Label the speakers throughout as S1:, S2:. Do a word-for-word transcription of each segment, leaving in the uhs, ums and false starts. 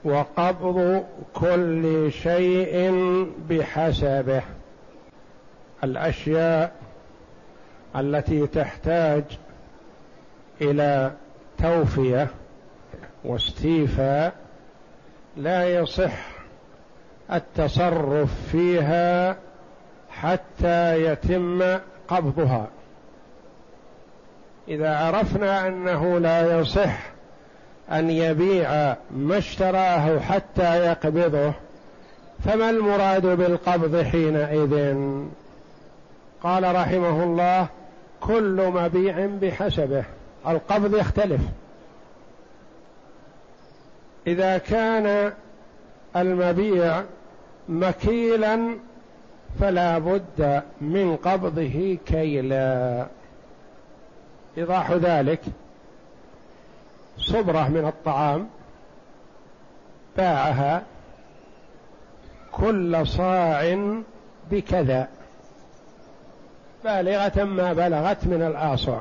S1: وقبض كل شيء بحسبه. الأشياء التي تحتاج إلى توفية واستيفاء لا يصح التصرف فيها حتى يتم قبضها. إذا عرفنا أنه لا يصح أن يبيع ما اشتراه حتى يقبضه، فما المراد بالقبض حينئذ؟ قال رحمه الله: كل مبيع بحسبه. القبض يختلف. إذا كان المبيع مكيلا فلا بد من قبضه كيلا. إيضاح ذلك: صبرة من الطعام باعها كل صاع بكذا بالغة ما بلغت من الآصع،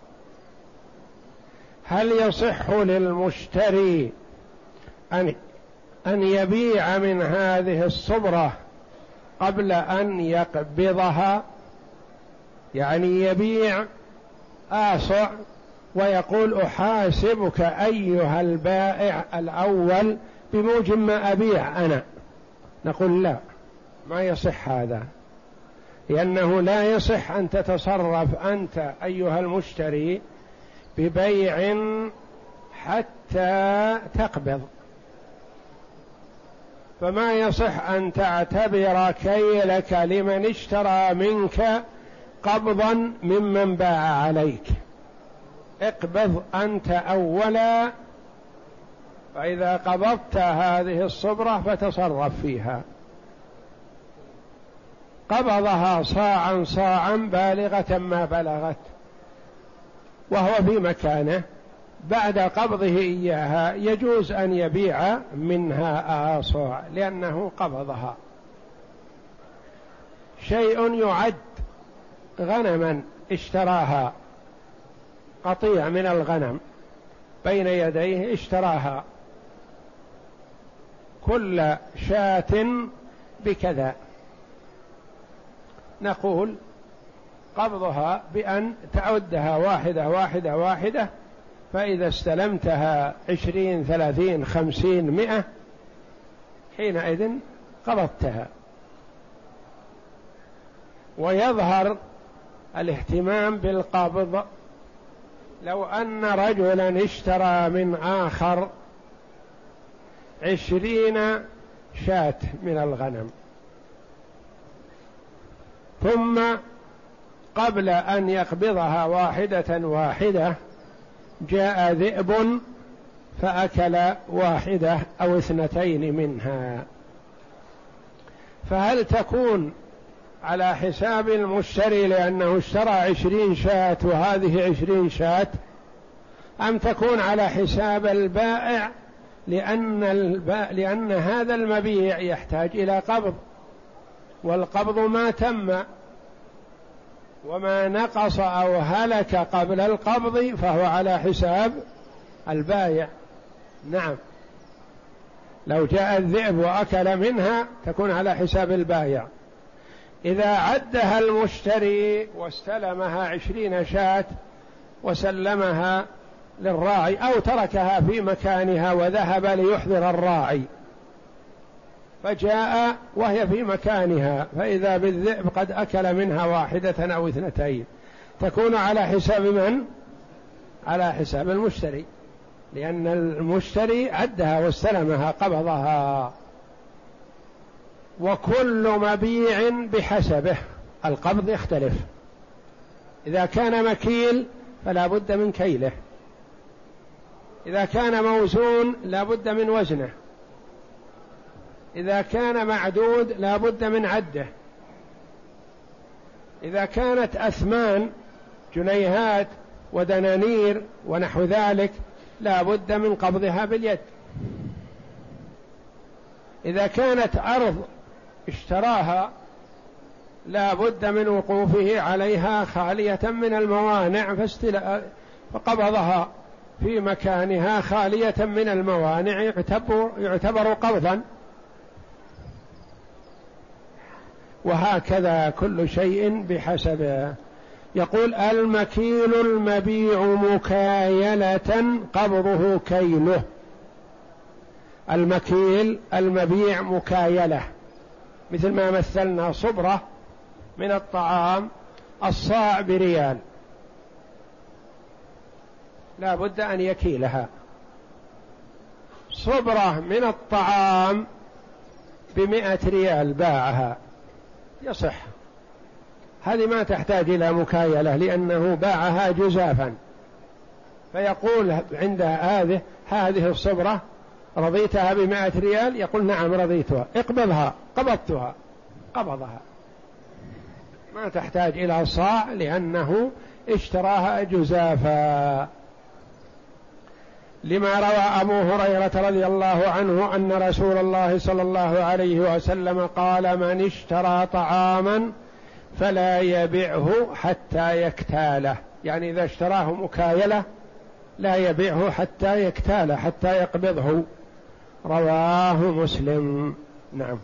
S1: هل يصح للمشتري أن أن يبيع من هذه الصبرة قبل أن يقبضها؟ يعني يبيع آصع ويقول: أحاسبك أيها البائع الأول بموجب ما أبيع أنا. نقول: لا، ما يصح هذا، لأنه لا يصح أن تتصرف أنت أيها المشتري ببيع حتى تقبض. فما يصح أن تعتبر كيلك لمن اشترى منك قبضا ممن باع عليك. اقبض أنت أولا، فإذا قبضت هذه الصبرة فتصرف فيها. قبضها صاعا صاعا بالغة ما بلغت وهو في مكانه، بعد قبضه إياها يجوز أن يبيع منها آصع لأنه قبضها. شيء يعد غنما اشتراها، قطيع من الغنم بين يديه اشتراها، كل شاة بكذا، نقول قبضها بأن تعدها واحدة واحدة واحدة، فإذا استلمتها عشرين ثلاثين خمسين مئة حينئذ قبضتها. ويظهر الاهتمام بالقبض لو أن رجلا اشترى من آخر عشرين شاة من الغنم، ثم قبل أن يقبضها واحدة واحدة جاء ذئب فأكل واحدة أو اثنتين منها، فهل تكون على حساب المشتري لأنه اشترى عشرين شاة وهذه عشرين شاة، أم تكون على حساب البائع لأن, البائع لأن هذا المبيع يحتاج إلى قبض، والقبض ما تم، وما نقص أو هلك قبل القبض فهو على حساب البائع. نعم، لو جاء الذئب وأكل منها تكون على حساب البائع. إذا عدها المشتري واستلمها عشرين شاة وسلمها للراعي أو تركها في مكانها وذهب ليحضر الراعي، فجاء وهي في مكانها فإذا بالذئب قد أكل منها واحدة أو اثنتين، تكون على حساب من؟ على حساب المشتري، لأن المشتري عدها واستلمها قبضها. وكل مبيع بحسبه. القبض يختلف، إذا كان مكيل فلا بد من كيله، إذا كان موزون لا بد من وزنه، إذا كان معدود لا بد من عده، إذا كانت أثمان جنيهات ودنانير ونحو ذلك لا بد من قبضها باليد، إذا كانت أرض اشتراها لا بد من وقوفه عليها خالية من الموانع فقبضها في مكانها خالية من الموانع يعتبر, يعتبر قبضا. وهكذا كل شيء بحسبه. يقول المكيل المبيع مكايلة قبضه كيله. المكيل المبيع مكايلة، مثل ما مثلنا صبرة من الطعام الصاع بريال، لا بد أن يكيلها. صبرة من الطعام بمئة ريال باعها يصح، هذه ما تحتاج إلى مكايلة لأنه باعها جزافا. فيقول عند هذه هذه الصبرة رضيتها بمئة ريال، يقول نعم رضيتها، اقبضها، قبضتها، قبضها، ما تحتاج إلى صاع لأنه اشتراها جزافا. لما روى أبو هريرة رضي الله عنه أن رسول الله صلى الله عليه وسلم قال من اشترى طعاما فلا يبيعه حتى يكتاله، يعني إذا اشتراه مكايلة لا يبيعه حتى يكتاله، حتى يقبضه. رواه مسلم. نعم.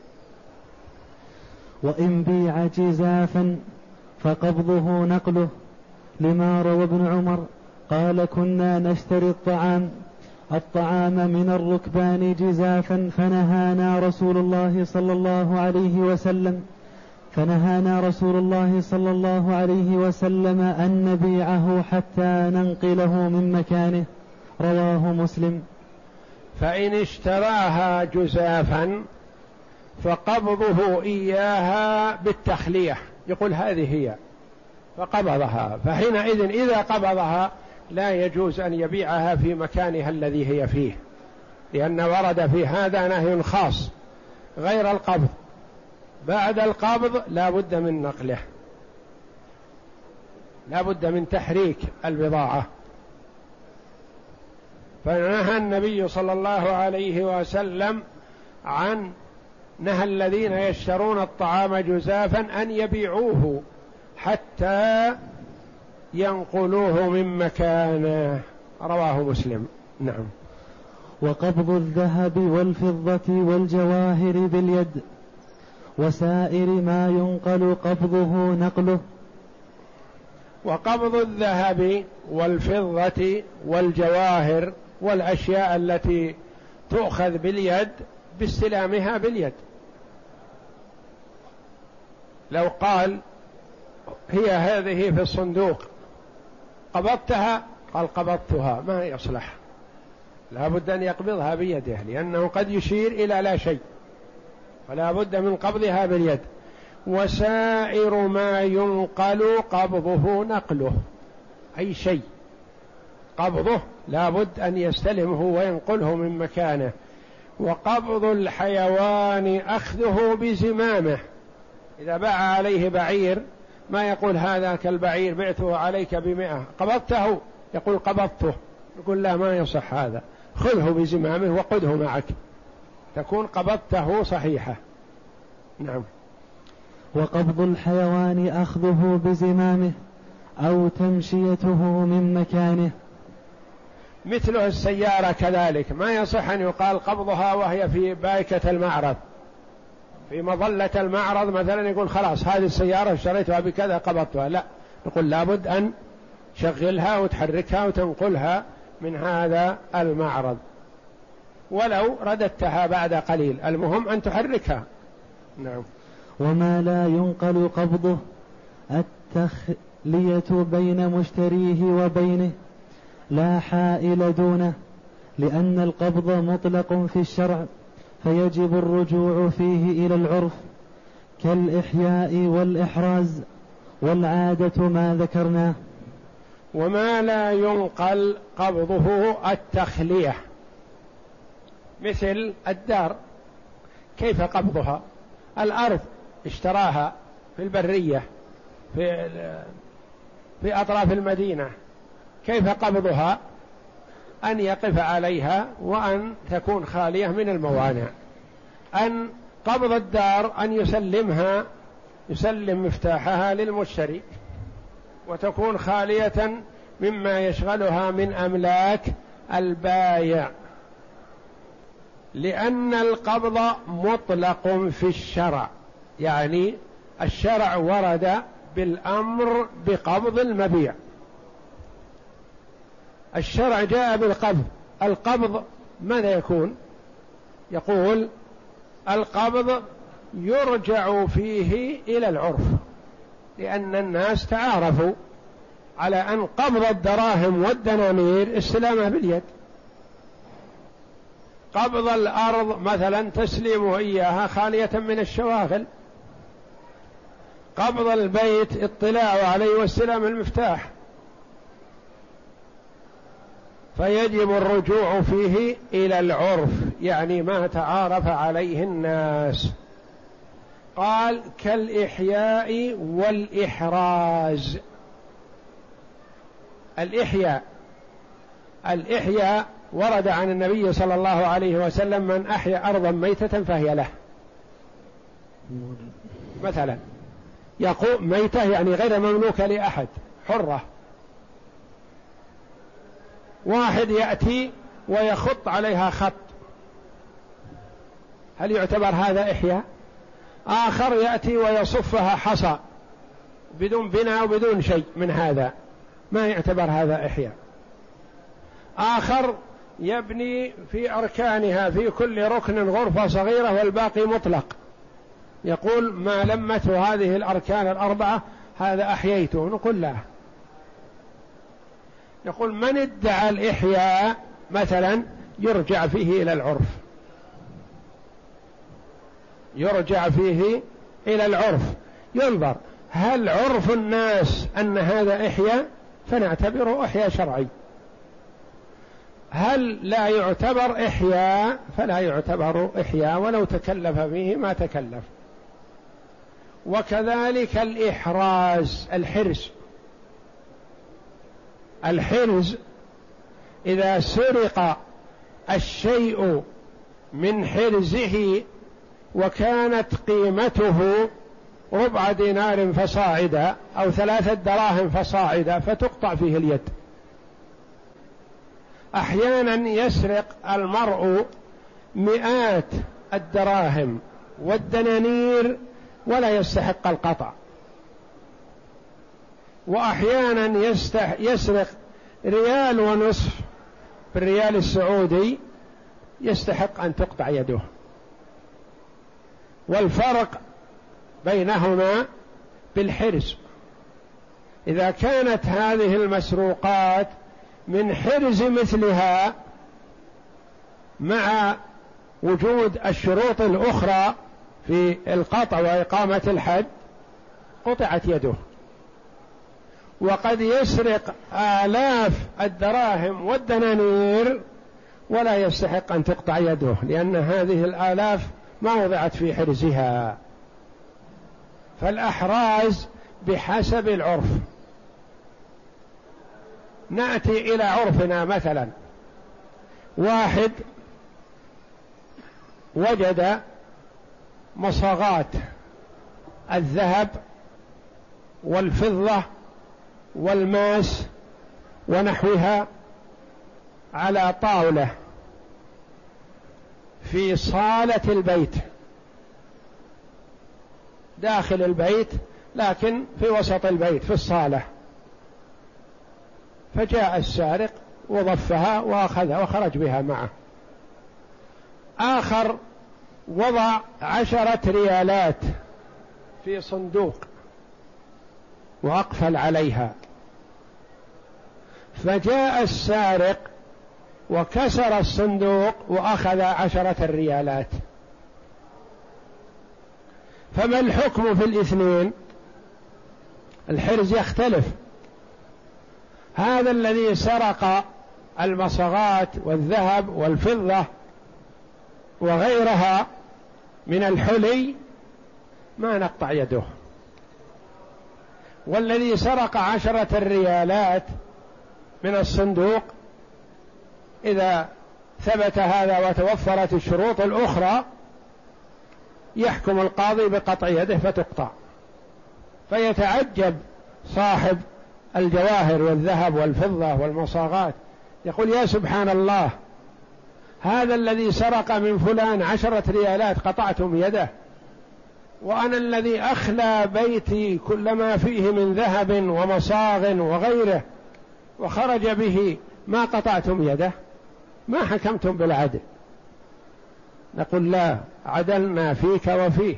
S2: وإن بيع جزافا فقبضه نقله، لما روى ابن عمر قال كنا نشتري الطعام الطعام من الركبان جزافا فنهانا رسول الله صلى الله عليه وسلم فنهانا رسول الله صلى الله عليه وسلم أن نبيعه حتى ننقله من مكانه. رواه مسلم.
S1: فإن اشتراها جزافا فقبضه إياها بالتخلية، يقول هذه هي، فقبضها، فحينئذ إذا قبضها لا يجوز أن يبيعها في مكانها الذي هي فيه، لأن ورد في هذا نهي خاص غير القبض. بعد القبض لا بد من نقله، لا بد من تحريك البضاعة. فنهى النبي صلى الله عليه وسلم عن نهى الذين يشترون الطعام جزافا أن يبيعوه حتى ينقلوه من مكانه. رواه مسلم. نعم.
S2: وقبض الذهب والفضة والجواهر باليد وسائر ما ينقل قبضه نقله.
S1: وقبض الذهب والفضة والجواهر والأشياء التي تؤخذ باليد باستلامها باليد. لو قال هي هذه في الصندوق قبضتها، قال قبضتها، ما يصلح، لا بد أن يقبضها بيده، لأنه قد يشير إلى لا شيء، فلا بد من قبضها باليد. وسائر ما ينقل قبضه نقله، أي شيء قبضه لا بد أن يستلمه وينقله من مكانه. وقبض الحيوان أخذه بزمامه، إذا باع عليه بعير ما يقول هذا كالبعير بعته عليك بمئة قبضته، يقول قبضته، يقول لا ما يصح هذا، خذه بزمامه وقده معك، تكون قبضته صحيحة. نعم.
S2: وقبض الحيوان أخذه بزمامه أو تمشيته من مكانه،
S1: مثله السيارة كذلك، ما يصح أن يقال قبضها وهي في بايكة المعرض، في مظلة المعرض مثلا، يقول خلاص هذه السيارة اشتريتها بكذا قبضتها، لا، نقول لابد أن تشغلها وتحركها وتنقلها من هذا المعرض، ولو رددتها بعد قليل، المهم أن تحركها. نعم.
S2: وما لا ينقل قبضه التخلية بين مشتريه وبينه لا حائل دونه، لأن القبض مطلق في الشرع فيجب الرجوع فيه إلى العرف كالإحياء والإحراز، والعادة ما ذكرناه.
S1: وما لا ينقل قبضه التخلية، مثل الدار كيف قبضها؟ الأرض اشتراها في البرية في في أطراف المدينة، كيف قبضها؟ أن يقف عليها وأن تكون خالية من الموانع. أن قبض الدار أن يسلمها، يسلم مفتاحها للمشتري وتكون خالية مما يشغلها من أملاك البايع، لأن القبض مطلق في الشرع، يعني الشرع ورد بالأمر بقبض المبيع، الشرع جاء بالقبض. القبض ماذا يكون؟ يقول القبض يرجع فيه إلى العرف، لأن الناس تعارفوا على أن قبض الدراهم والدنانير استلامه باليد. قبض الأرض مثلا تسليمه إياها خالية من الشواغل. قبض البيت اطلاع عليه واستلام المفتاح، فيجب الرجوع فيه إلى العرف، يعني ما تعارف عليه الناس. قال كالإحياء والإحراز. الإحياء الإحياء ورد عن النبي صلى الله عليه وسلم: من أحيا أرضا ميتة فهي له. مثلا يقول ميتة يعني غير مملوكة لأحد، حرة. واحد يأتي ويخط عليها خط، هل يعتبر هذا إحياء؟ آخر يأتي ويصفها حصى بدون بناء وبدون شيء من هذا، ما يعتبر هذا إحياء. آخر يبني في أركانها في كل ركن غرفة صغيرة والباقي مطلق، يقول ما لمت هذه الأركان الأربعة هذا أحييته. نقول لا، يقول من ادعى الإحياء مثلا يرجع فيه إلى العرف، يرجع فيه إلى العرف، ينظر هل عرف الناس أن هذا إحياء فنعتبره إحياء شرعي، هل لا يعتبر إحياء فلا يعتبر إحياء ولو تكلف فيه ما تكلف. وكذلك الإحراز، الحرز. الحرز إذا سرق الشيء من حرزه وكانت قيمته ربع دينار فصاعدا أو ثلاثة دراهم فصاعدا فتقطع فيه اليد. أحيانا يسرق المرء مئات الدراهم والدنانير ولا يستحق القطع، وأحيانا يستح يسرق ريال ونصف بالريال السعودي يستحق أن تقطع يده. والفرق بينهما بالحرز. إذا كانت هذه المسروقات من حرز مثلها مع وجود الشروط الأخرى في القطع وإقامة الحد قطعت يده. وقد يسرق آلاف الدراهم والدنانير ولا يستحق أن تقطع يده، لأن هذه الآلاف ما وضعت في حرزها. فالأحراز بحسب العرف. نأتي إلى عرفنا، مثلا واحد وجد مصاغات الذهب والفضة والماس ونحوها على طاولة في صالة البيت، داخل البيت لكن في وسط البيت في الصالة. فجاء السارق وضفها وأخذها وخرج بها معه. آخر وضع عشرة ريالات في صندوق وأقفل عليها، فجاء السارق وكسر الصندوق وأخذ عشرة الريالات. فما الحكم في الاثنين؟ الحرز يختلف. هذا الذي سرق المصاغات والذهب والفضة وغيرها من الحلي ما نقطع يده، والذي سرق عشرة الريالات من الصندوق إذا ثبت هذا وتوفرت الشروط الأخرى يحكم القاضي بقطع يده فتقطع. فيتعجب صاحب الجواهر والذهب والفضة والمصاغات، يقول يا سبحان الله، هذا الذي سرق من فلان عشرة ريالات قطعتم يده، وأنا الذي أخلى بيتي كل ما فيه من ذهب ومصاغ وغيره وخرج به ما قطعتم يده، ما حكمتم بالعدل. نقول لا، عدلنا فيك وفيه،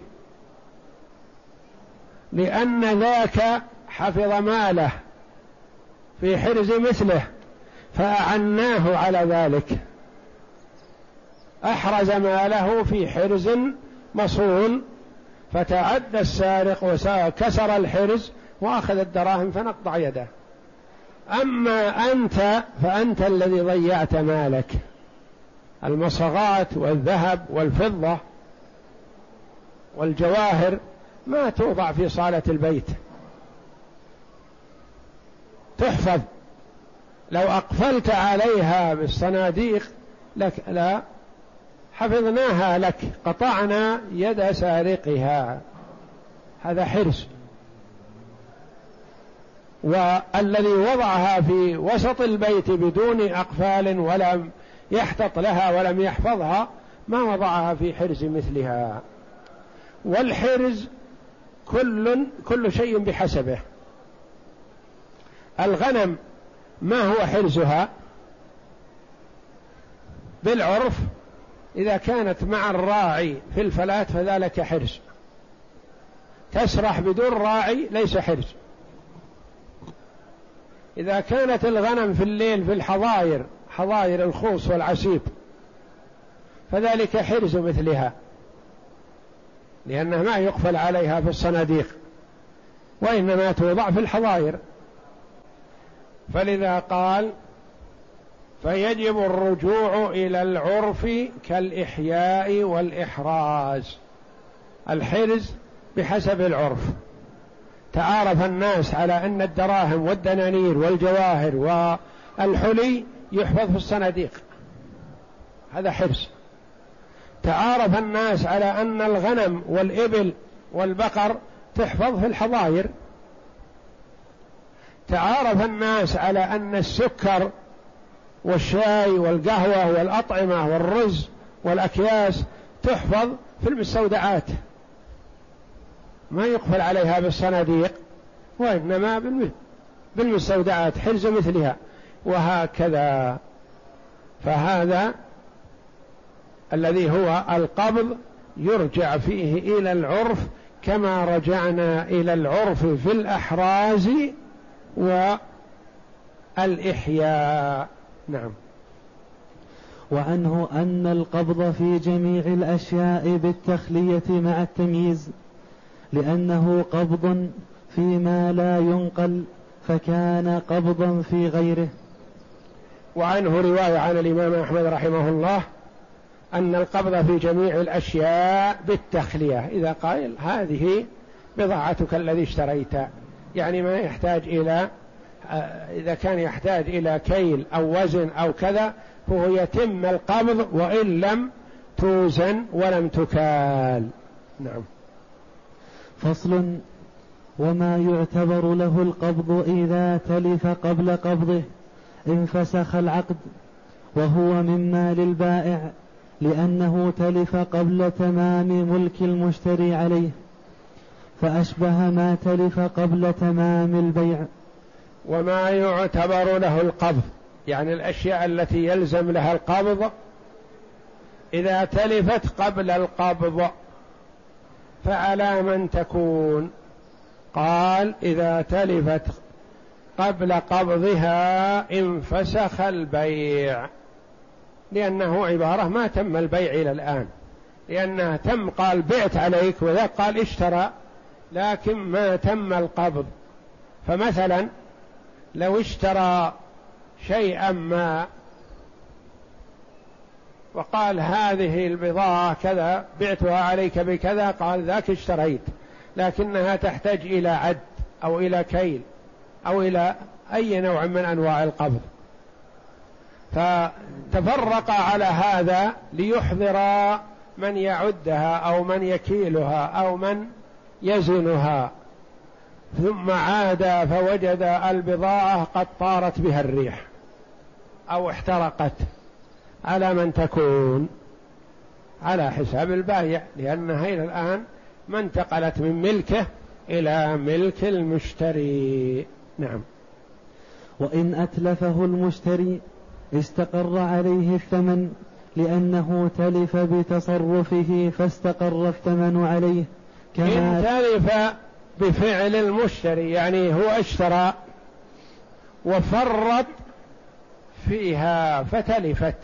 S1: لأن ذاك حفظ ماله في حرز مثله فأعناه على ذلك، أحرز ماله في حرز مصون، فتعدى السارق وكسر الحرز وأخذ الدراهم فنقطع يده. أما أنت فأنت الذي ضيعت مالك، المصاغات والذهب والفضة والجواهر ما توضع في صالة البيت، تحفظ، لو أقفلت عليها بالصناديق لك لا حفظناها لك، قطعنا يد سارقها، هذا حرص. والذي وضعها في وسط البيت بدون أقفال ولم يحتط لها ولم يحفظها ما وضعها في حرز مثلها. والحرز كل كل شيء بحسبه. الغنم ما هو حرزها؟ بالعرف إذا كانت مع الراعي في الفلاة فذلك حرز، تسرح بدون راعي ليس حرز. إذا كانت الغنم في الليل في الحظاير، حظاير الخوص والعسيب، فذلك حرز مثلها، لأنها ما يقفل عليها في الصناديق وإنما توضع في الحظاير. فلذا قال فيجب الرجوع إلى العرف كالإحياء والإحراز. الحرز بحسب العرف، تعارف الناس على أن الدراهم والدنانير والجواهر والحلي يحفظ في الصناديق، هذا حرز. تعارف الناس على أن الغنم والإبل والبقر تحفظ في الحظاير. تعارف الناس على أن السكر والشاي والقهوة والأطعمة والرز والأكياس تحفظ في المستودعات، ما يقفل عليها بالصناديق وإنما بالمستودعات حرز مثلها، وهكذا. فهذا الذي هو القبض يرجع فيه إلى العرف كما رجعنا إلى العرف في الأحراز والإحياء. نعم.
S2: وعنه أن القبض في جميع الأشياء بالتخلية مع التمييز، لأنه قبض فيما لا ينقل فكان قبضا في غيره.
S1: وعنه رواية عن الإمام أحمد رحمه الله أن القبض في جميع الأشياء بالتخلية، إذا قال هذه بضاعتك الذي اشتريت، يعني ما يحتاج إلى، إذا كان يحتاج إلى كيل أو وزن أو كذا فهو يتم القبض وإن لم توزن ولم تكال. نعم.
S2: فصل. وما يعتبر له القبض إذا تلف قبل قبضه انفسخ العقد، وهو من مال البائع لأنه تلف قبل تمام ملك المشتري عليه، فأشبه ما تلف قبل تمام البيع.
S1: وما يعتبر له القبض يعني الأشياء التي يلزم لها القبض إذا تلفت قبل القبض فعلى من تكون؟ قال إذا تلفت قبل قبضها انفسخ البيع، لأنه عبارة ما تم البيع إلى الآن، لأنه تم قال بعت عليك وذا قال اشترى لكن ما تم القبض. فمثلا لو اشترى شيئا ما وقال هذه البضاعة كذا بعتها عليك بكذا، قال ذاك اشتريت لكنها تحتاج إلى عد أو إلى كيل أو إلى أي نوع من أنواع القبض، فتفرق على هذا ليحضر من يعدها أو من يكيلها أو من يزنها، ثم عاد فوجد البضاعة قد طارت بها الريح أو احترقت، على من تكون؟ على حساب البائع، لأنها إلى الآن ما انتقلت من ملكه إلى ملك المشتري. نعم.
S2: وإن أتلفه المشتري استقر عليه الثمن لأنه تلف بتصرفه فاستقر الثمن عليه.
S1: كما إن تلف بفعل المشتري، يعني هو اشترى وفرط فيها فتلفت،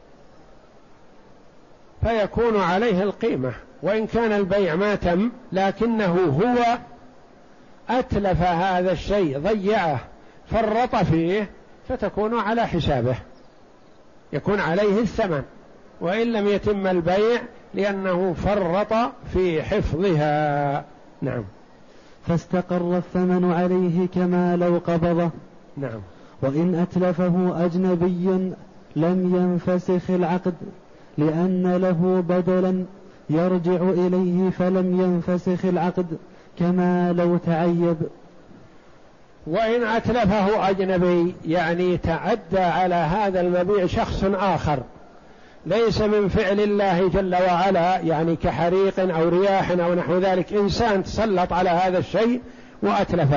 S1: فيكون عليه القيمة وإن كان البيع ما تم، لكنه هو أتلف هذا الشيء، ضيعه، فرط فيه، فتكون على حسابه، يكون عليه الثمن وإن لم يتم البيع لأنه فرط في حفظها. نعم.
S2: فاستقر الثمن عليه كما لو قبضه.
S1: نعم.
S2: وإن أتلفه أجنبي لم ينفسخ العقد لأن له بدلا يرجع إليه فلم ينفسخ العقد كما لو تعيب.
S1: وإن أتلفه أجنبي يعني تعدى على هذا المبيع شخص آخر ليس من فعل الله جل وعلا، يعني كحريق أو رياح أو نحو ذلك، إنسان تسلط على هذا الشيء وأتلفه،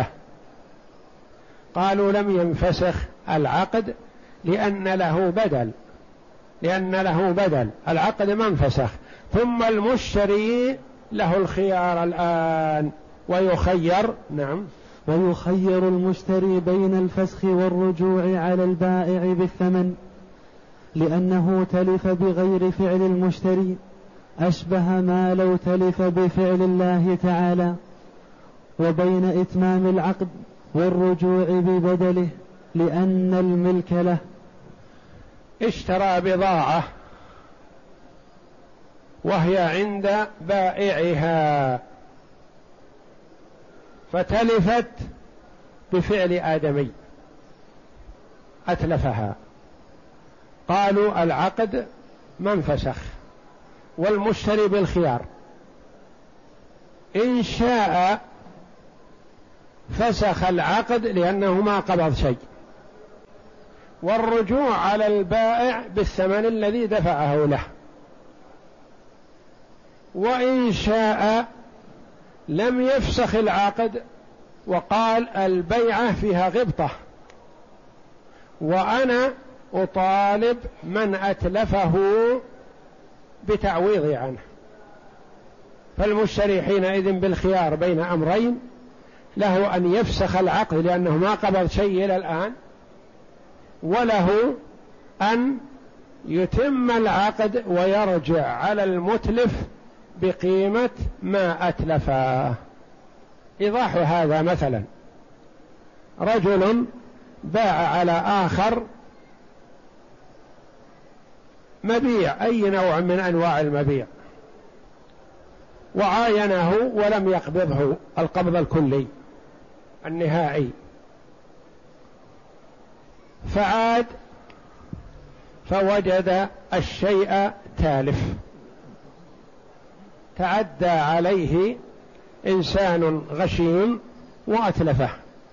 S1: قالوا لم ينفسخ العقد لأن له بدل، لأن له بدل، العقد ما انفسخ. ثم المشتري له الخيار الآن ويخير. نعم.
S2: ويخير المشتري بين الفسخ والرجوع على البائع بالثمن لأنه تلف بغير فعل المشتري، أشبه ما لو تلف بفعل الله تعالى، وبين إتمام العقد والرجوع ببدله لأن الملك له.
S1: اشترى بضاعة وهي عند بائعها فتلفت بفعل آدمي أتلفها، قالوا العقد ما انفسخ والمشتري بالخيار، إن شاء فسخ العقد لأنه ما قبض شيء، والرجوع على البائع بالثمن الذي دفعه له، وإن شاء لم يفسخ العقد وقال البيعة فيها غبطة وأنا أطالب من أتلفه بتعويضي عنه، فالمشتري حينئذ بالخيار بين أمرين، له أن يفسخ العقد لأنه ما قبض شيء إلى الآن، وله أن يتم العقد ويرجع على المتلف بقيمة ما أتلفه. إيضاح هذا مثلا رجل باع على آخر مبيع، أي نوع من أنواع المبيع، وعاينه ولم يقبضه القبض الكلي النهائي، فعاد فوجد الشيء تالف، تعدى عليه إنسان غشيم وأتلفه.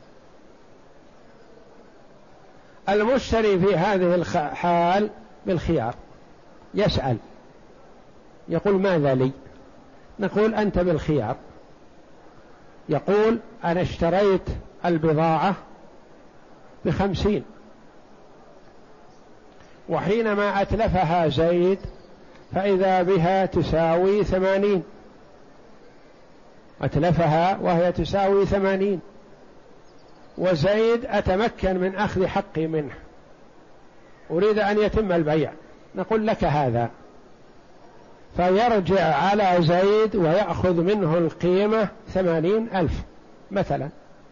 S1: المشتري في هذه الحال بالخيار يسأل يقول ماذا لي؟ نقول أنت بالخيار، يقول أنا اشتريت البضاعة بخمسين، وحينما أتلفها زيد فإذا بها تساوي ثمانين، أتلفها وهي تساوي ثمانين، وزيد أتمكن من أخذ حقي منه، أريد أن يتم البيع، نقول لك هذا، فيرجع على زيد ويأخذ منه القيمة ثمانين ألف مثلا،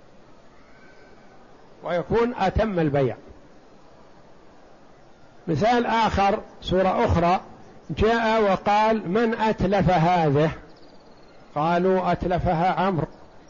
S1: ويكون أتم البيع. مثال آخر، صورة أخرى، جاء وقال من أتلف هذه؟ قالوا أتلفها عمرو،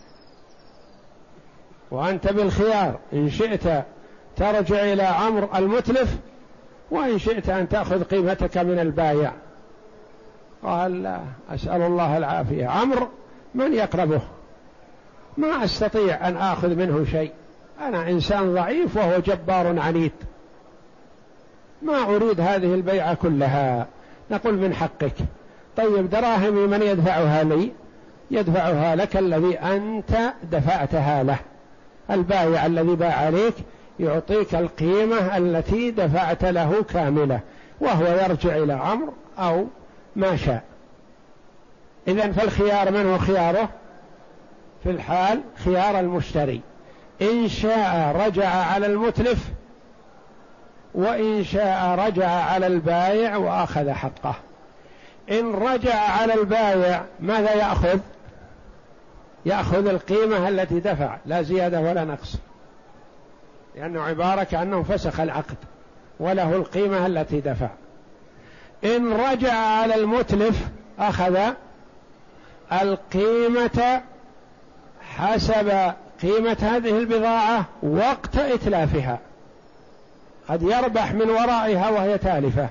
S1: وأنت بالخيار إن شئت ترجع إلى عمرو المتلف، وإن شئت أن تأخذ قيمتك من البايع. قال لا، أسأل الله العافية، عمرو من يقربه؟ ما أستطيع أن آخذ منه شيء، أنا إنسان ضعيف وهو جبار عنيد، ما أريد هذه البيعة كلها. نقول من حقك. طيب دراهمي من يدفعها لي؟ يدفعها لك الذي أنت دفعتها له. البائع الذي باع عليك يعطيك القيمة التي دفعت له كاملة، وهو يرجع إلى عمرو أو ما شاء. إذن فالخيار من هو خياره؟ في الحال خيار المشتري، إن شاء رجع على المتلف، وإن شاء رجع على البائع وأخذ حقه. إن رجع على البائع ماذا يأخذ؟ يأخذ القيمة التي دفع، لا زيادة ولا نقص، لأنه عبارة كأنه فسخ العقد وله القيمة التي دفع. إن رجع على المتلف أخذ القيمة حسب قيمة هذه البضاعة وقت إتلافها، قد يربح من ورائها وهي تالفة،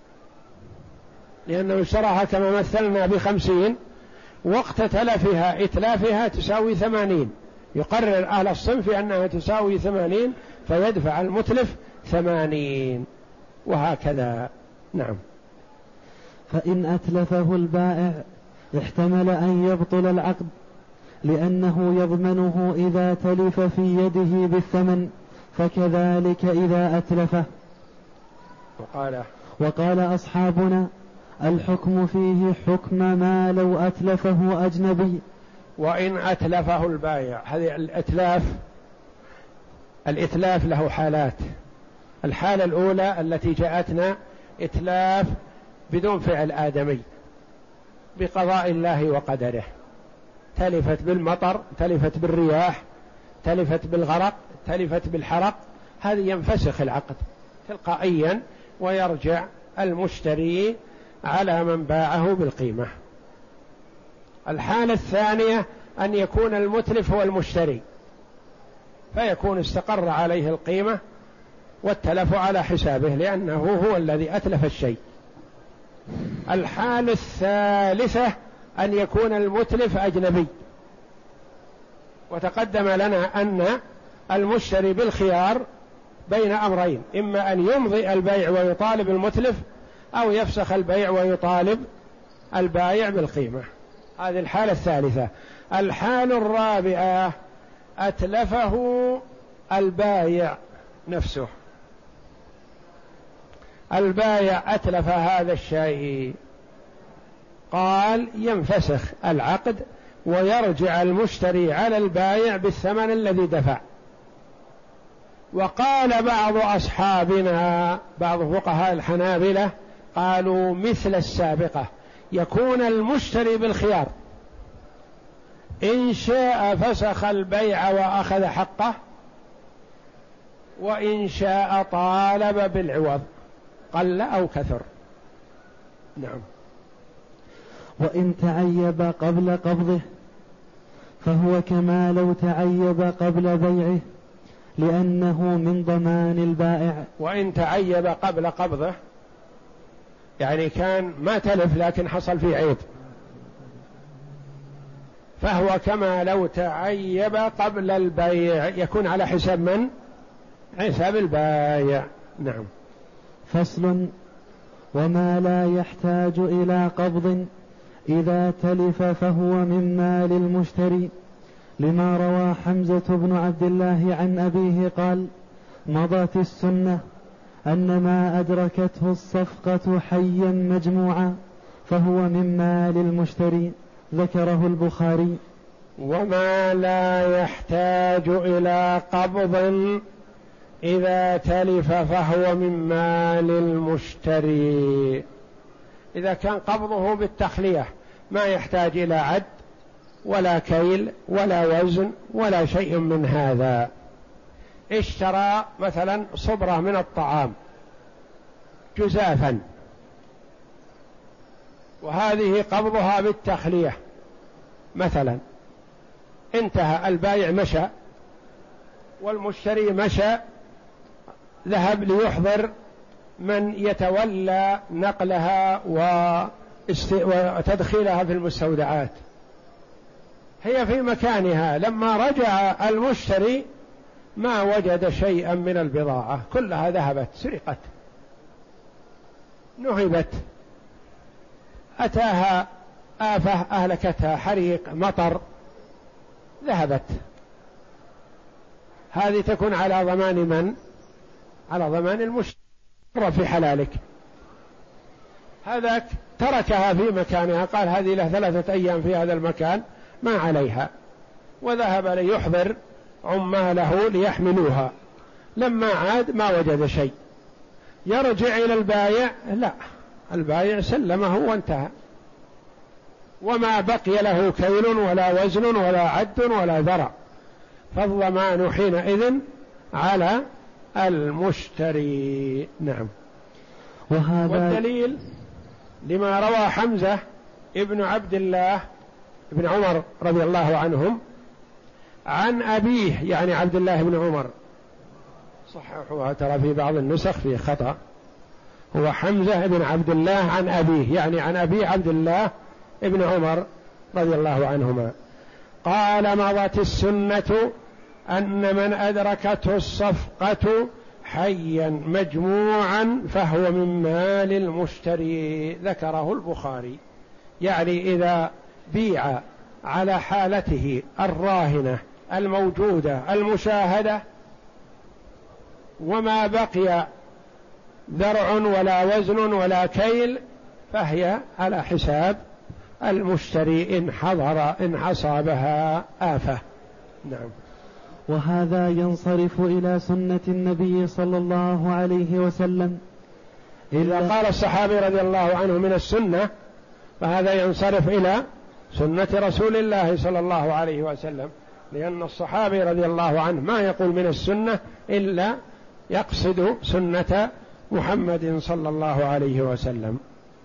S1: لأنه اشتراها كما مثلنا بخمسين، وقت تلفها إتلافها تساوي ثمانين، يقرر أهل الصنف أنها تساوي ثمانين فيدفع المتلف ثمانين، وهكذا. نعم.
S2: فإن أتلفه البائع احتمل أن يبطل العقد، لأنه يضمنه إذا تلف في يده بالثمن، فكذلك إذا أتلفه.
S1: وقال
S2: وقال أصحابنا الحكم فيه حكم ما لو أتلفه أجنبي.
S1: وإن أتلفه البائع، هذه الإتلاف، الإتلاف له حالات. الحالة الأولى التي جاءتنا إتلاف بدون فعل آدمي، بقضاء الله وقدره، تلفت بالمطر، تلفت بالرياح، تلفت بالغرق، تلفت بالحرق، هذه ينفسخ العقد تلقائيا ويرجع المشتري على من باعه بالقيمة. الحالة الثانية أن يكون المتلف هو المشتري، فيكون استقر عليه القيمة والتلف على حسابه لأنه هو الذي أتلف الشيء. الحالة الثالثة أن يكون المتلف أجنبي، وتقدم لنا أن المشتري بالخيار بين أمرين، إما أن يمضي البيع ويطالب المتلف، أو يفسخ البيع ويطالب البائع بالقيمة. هذه الحالة الثالثة. الحالة الرابعة أتلفه البائع نفسه، البائع أتلف هذا الشيء، قال ينفسخ العقد ويرجع المشتري على البائع بالثمن الذي دفع. وقال بعض أصحابنا، بعض فقهاء الحنابلة، قالوا مثل السابقة، يكون المشتري بالخيار، إن شاء فسخ البيع وأخذ حقه، وإن شاء طالب بالعوض قل أو كثر. نعم.
S2: وإن تعيب قبل قبضه فهو كما لو تعيب قبل بيعه، لأنه من ضمان البائع.
S1: وإن تعيب قبل قبضه يعني كان ما تلف لكن حصل فيه عيب، فهو كما لو تعيب قبل البيع، يكون على حساب من؟ حساب البائع. نعم.
S2: فصل. وما لا يحتاج إلى قبض إذا تلف فهو من مال المشتري، لما روى حمزة بن عبد الله عن أبيه قال: مضت السنة أن ما أدركته الصفقة حيا مجموعا فهو من مال المشتري، ذكره البخاري.
S1: وما لا يحتاج إلى قبض إذا تلف فهو من مال المشتري، إذا كان قبضه بالتخلية ما يحتاج إلى عد ولا كيل ولا وزن ولا شيء من هذا. اشترى مثلا صبرة من الطعام جزافا، وهذه قبضها بالتخلية مثلا، انتهى البائع مشى والمشتري مشى، ذهب ليحضر من يتولى نقلها وتدخيلها في المستودعات، هي في مكانها، لما رجع المشتري ما وجد شيئا من البضاعة، كلها ذهبت، سرقت، نهبت، أتاها آفة أهلكتها، حريق، مطر، ذهبت. هذه تكون على ضمان من؟ على ضمان المشتري في حلالك. هذاك تركها في مكانها، قال هذه له ثلاثة أيام في هذا المكان ما عليها، وذهب ليحضر عماله ليحملوها، لما عاد ما وجد شيء، يرجع إلى البايع؟ لا، البايع سلمه وانتهى، وما بقي له كيل ولا وزن ولا عد ولا ذرع، فالضمان حينئذ على المشتري. نعم.
S2: وهذا
S1: والدليل لما روى حمزة ابن عبد الله ابن عمر رضي الله عنهم عن أبيه، يعني عبد الله بن عمر، صححوها ترى في بعض النسخ في خطأ، هو حمزة بن عبد الله عن أبيه، يعني عن أبي عبد الله ابن عمر رضي الله عنهما، قال مضت السنة أن من أدركته الصفقة حيا مجموعا فهو من مال المشتري، ذكره البخاري. يعني إذا بيع على حالته الراهنة الموجودة المشاهدة وما بقي ذرع ولا وزن ولا كيل، فهي على حساب المشتري إن حضر إن أصابها آفة. نعم.
S2: وهذا ينصرف إلى سنة النبي صلى الله عليه وسلم.
S1: إذا قال الصحابي رضي الله عنه من السنة، فهذا ينصرف إلى سنة رسول الله صلى الله عليه وسلم، لأن الصحابي رضي الله عنه ما يقول من السنة إلا يقصد سنة محمد صلى الله عليه وسلم.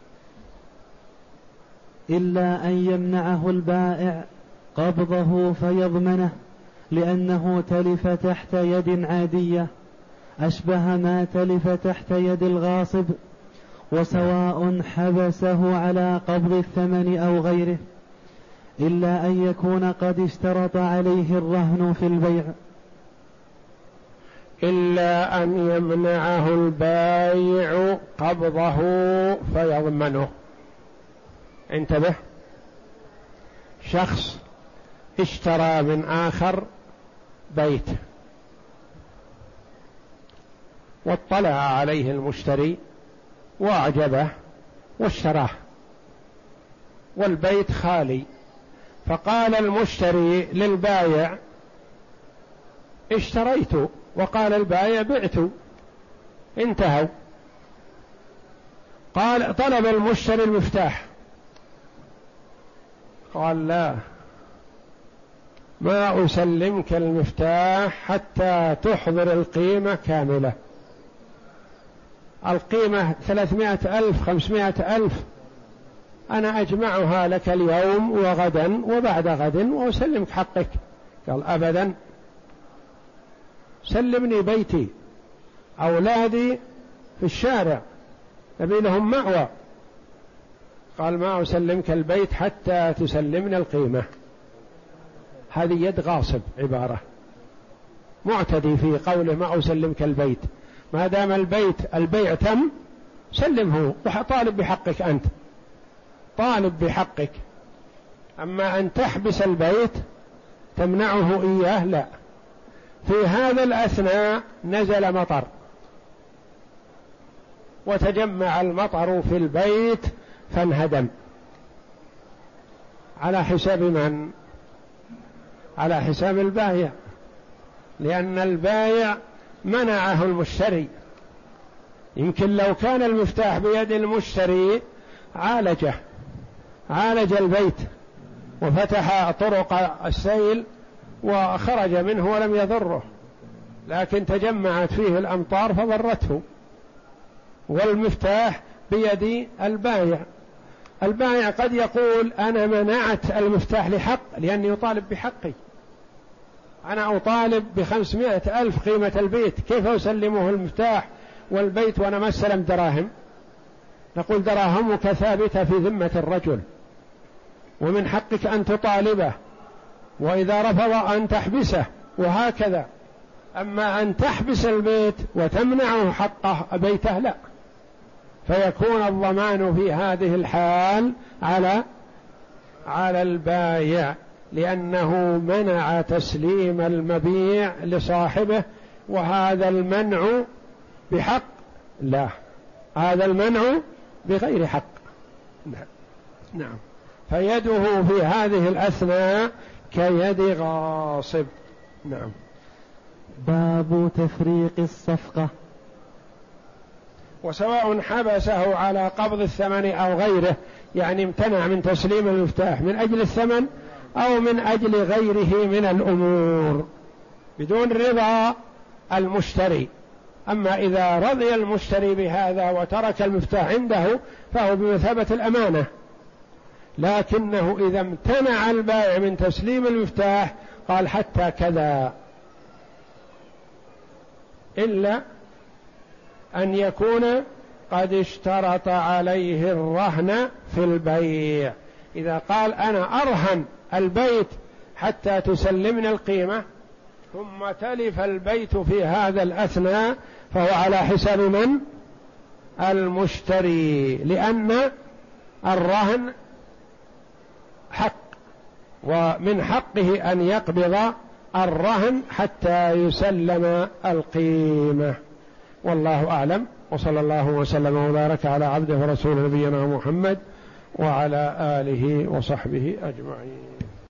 S2: إلا أن يمنعه البائع قبضه فيضمنه، لأنه تلف تحت يد عادية أشبه ما تلف تحت يد الغاصب، وسواء حبسه على قبض الثمن أو غيره، إلا أن يكون قد اشترط عليه الرهن في البيع.
S1: إلا أن يمنعه البائع قبضه فيضمنه. انتبه، شخص اشترى من آخر بيت واطلع عليه المشتري وأعجبه واشتراه، والبيت خالي، فقال المشتري للبائع اشتريت، وقال البائع بعت، انتهوا. قال طلب المشتري المفتاح، قال لا، ما أسلمك المفتاح حتى تحضر القيمة كاملة، القيمة ثلاثمائة ألف خمسمائة ألف، أنا أجمعها لك اليوم وغدا وبعد غد وأسلمك حقك. قال أبدا، سلمني بيتي، أولادي في الشارع نبي لهم مأوى. قال ما أسلمك البيت حتى تسلمنا القيمة. هذه يد غاصب، عبارة معتدي في قوله ما أسلمك البيت، ما دام البيت البيع تم سلمه، وطالب بحقك، أنت طالب بحقك. أما أن تحبس البيت تمنعه إياه لا. في هذا الأثناء نزل مطر وتجمع المطر في البيت فانهدم، على حساب من؟ على حساب البائع، لأن البائع منعه المشتري. يمكن لو كان المفتاح بيد المشتري عالجه، عالج البيت وفتح طرق السيل وخرج منه ولم يضره، لكن تجمعت فيه الأمطار فضرته، والمفتاح بيد البائع. البائع قد يقول أنا منعت المفتاح لحق، لأني يطالب بحقي، أنا أطالب بخمسمائة ألف قيمة البيت، كيف أسلمه المفتاح والبيت وأنا ما استلم دراهم؟ نقول دراهمك ثابتة في ذمة الرجل، ومن حقك أن تطالبه وإذا رفض أن تحبسه، وهكذا. أما أن تحبس البيت وتمنعه حقه بيته لا، فيكون الضمان في هذه الحال على على البايع، لأنه منع تسليم المبيع لصاحبه، وهذا المنع بحق لا، هذا المنع بغير حق. نعم، فيده في هذه الأثناء كيد غاصب. نعم.
S2: باب تفريق الصفقة.
S1: وسواء حبسه على قبض الثمن أو غيره، يعني امتنع من تسليم المفتاح من أجل الثمن أو من أجل غيره من الأمور بدون رضا المشتري. أما إذا رضي المشتري بهذا وترك المفتاح عنده فهو بمثابة الأمانة، لكنه إذا امتنع البائع من تسليم المفتاح قال حتى كذا، إلا أن يكون قد اشترط عليه الرهن في البيع. إذا قال أنا أرهن البيت حتى تسلمني القيمة ثم تلف البيت في هذا الأثناء فهو على حساب من؟ المشتري، لأن الرهن حق، ومن حقه أن يقبض الرهن حتى يسلم القيمة. والله أعلم، وصلى الله وسلم وبارك على عبده ورسوله نبينا محمد وعلى آله وصحبه أجمعين.